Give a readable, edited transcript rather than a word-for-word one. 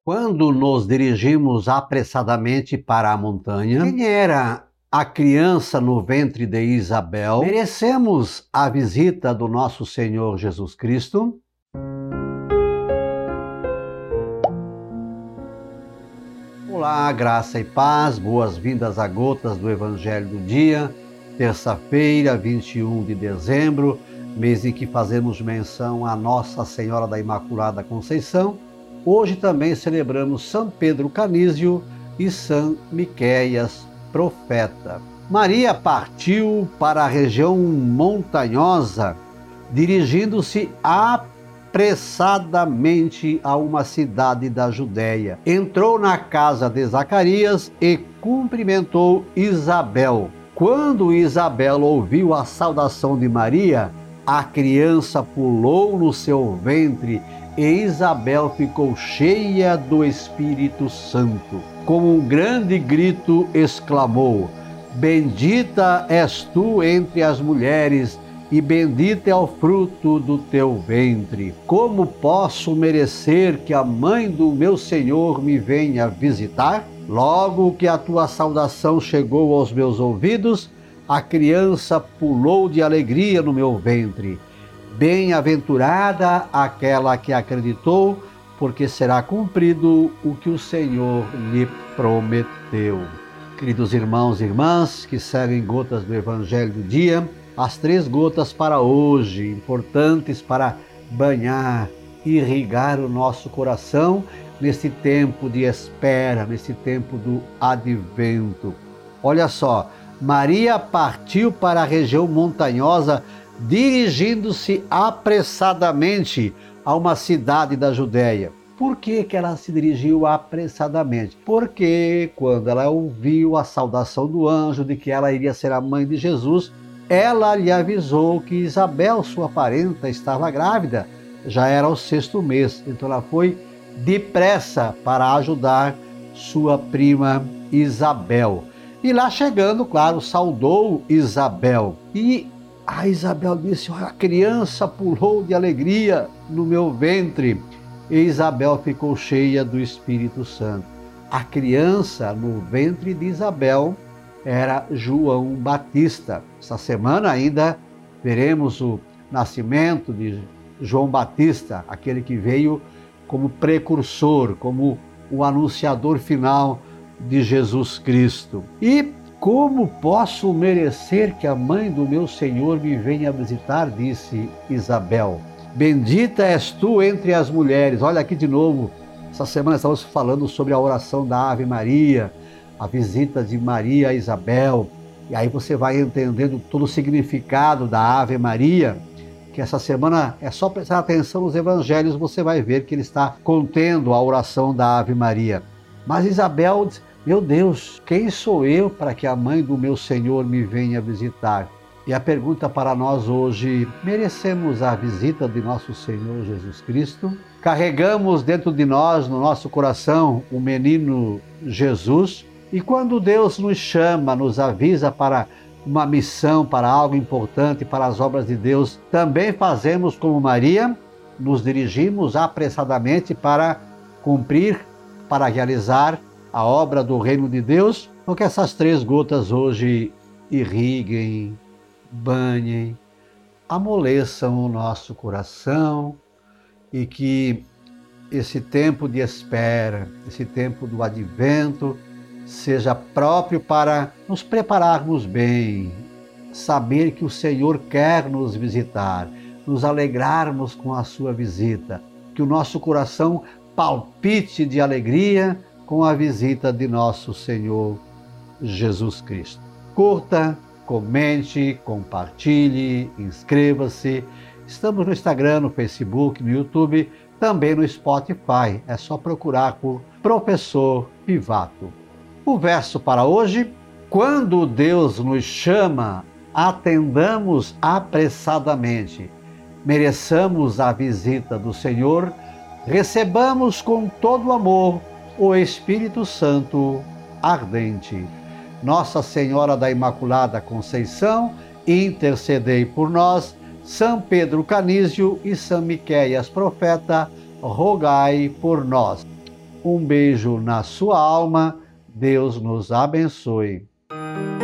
Quando nos dirigimos apressadamente para a montanha, quem era a criança no ventre de Isabel? Merecemos a visita do nosso Senhor Jesus Cristo? Olá, graça e paz, boas-vindas a Gotas do Evangelho do Dia, terça-feira, 21 de dezembro, mês em que fazemos menção a Nossa Senhora da Imaculada Conceição. Hoje também celebramos São Pedro Canísio e São Miqueias, profeta. Maria partiu para a região montanhosa, dirigindo-se apressadamente a uma cidade da Judéia. Entrou na casa de Zacarias e cumprimentou Isabel. Quando Isabel ouviu a saudação de Maria, a criança pulou no seu ventre e Isabel ficou cheia do Espírito Santo. Com um grande grito exclamou: Bendita és tu entre as mulheres, e bendito é o fruto do teu ventre. Como posso merecer que a mãe do meu Senhor me venha visitar? Logo que a tua saudação chegou aos meus ouvidos, a criança pulou de alegria no meu ventre. Bem-aventurada aquela que acreditou, porque será cumprido o que o Senhor lhe prometeu. Queridos irmãos e irmãs que seguem Gotas do Evangelho do Dia, as 3 gotas para hoje, importantes para banhar, irrigar o nosso coração nesse tempo de espera, nesse tempo do advento. Olha só, Maria partiu para a região montanhosa, dirigindo-se apressadamente a uma cidade da Judéia. Por que ela se dirigiu apressadamente? Porque quando ela ouviu a saudação do anjo de que ela iria ser a mãe de Jesus, ela lhe avisou que Isabel, sua parenta, estava grávida. Já era o 6º mês, então ela foi depressa para ajudar sua prima Isabel. E lá chegando, claro, saudou Isabel. E a Isabel disse: a criança pulou de alegria no meu ventre. E Isabel ficou cheia do Espírito Santo. A criança no ventre de Isabel era João Batista. Essa semana ainda veremos o nascimento de João Batista, aquele que veio como precursor, como o anunciador final de Jesus Cristo. E como posso merecer que a mãe do meu Senhor me venha visitar? Disse Isabel. Bendita és tu entre as mulheres. Olha aqui de novo, essa semana estamos falando sobre a oração da Ave Maria, a visita de Maria a Isabel. E aí você vai entendendo todo o significado da Ave Maria, que essa semana é só prestar atenção nos evangelhos, você vai ver que ele está contendo a oração da Ave Maria. Mas Isabel diz: meu Deus, quem sou eu para que a mãe do meu Senhor me venha visitar? E a pergunta para nós hoje: merecemos a visita de nosso Senhor Jesus Cristo? Carregamos dentro de nós, no nosso coração, o menino Jesus? E quando Deus nos chama, nos avisa para uma missão, para algo importante, para as obras de Deus, também fazemos como Maria? Nos dirigimos apressadamente para cumprir, para realizar a obra do reino de Deus? Então que essas 3 gotas hoje irriguem, banhem, amoleçam o nosso coração e que esse tempo de espera, esse tempo do advento, seja próprio para nos prepararmos bem, saber que o Senhor quer nos visitar, nos alegrarmos com a sua visita, que o nosso coração palpite de alegria com a visita de nosso Senhor Jesus Cristo. Curta, comente, compartilhe, inscreva-se. Estamos no Instagram, no Facebook, no YouTube, também no Spotify. É só procurar por Professor Pivato. O verso para hoje: quando Deus nos chama, atendamos apressadamente. Mereçamos a visita do Senhor, recebamos com todo amor o Espírito Santo ardente. Nossa Senhora da Imaculada Conceição, intercedei por nós. São Pedro Canísio e São Miqueias, profeta, rogai por nós. Um beijo na sua alma. Deus nos abençoe.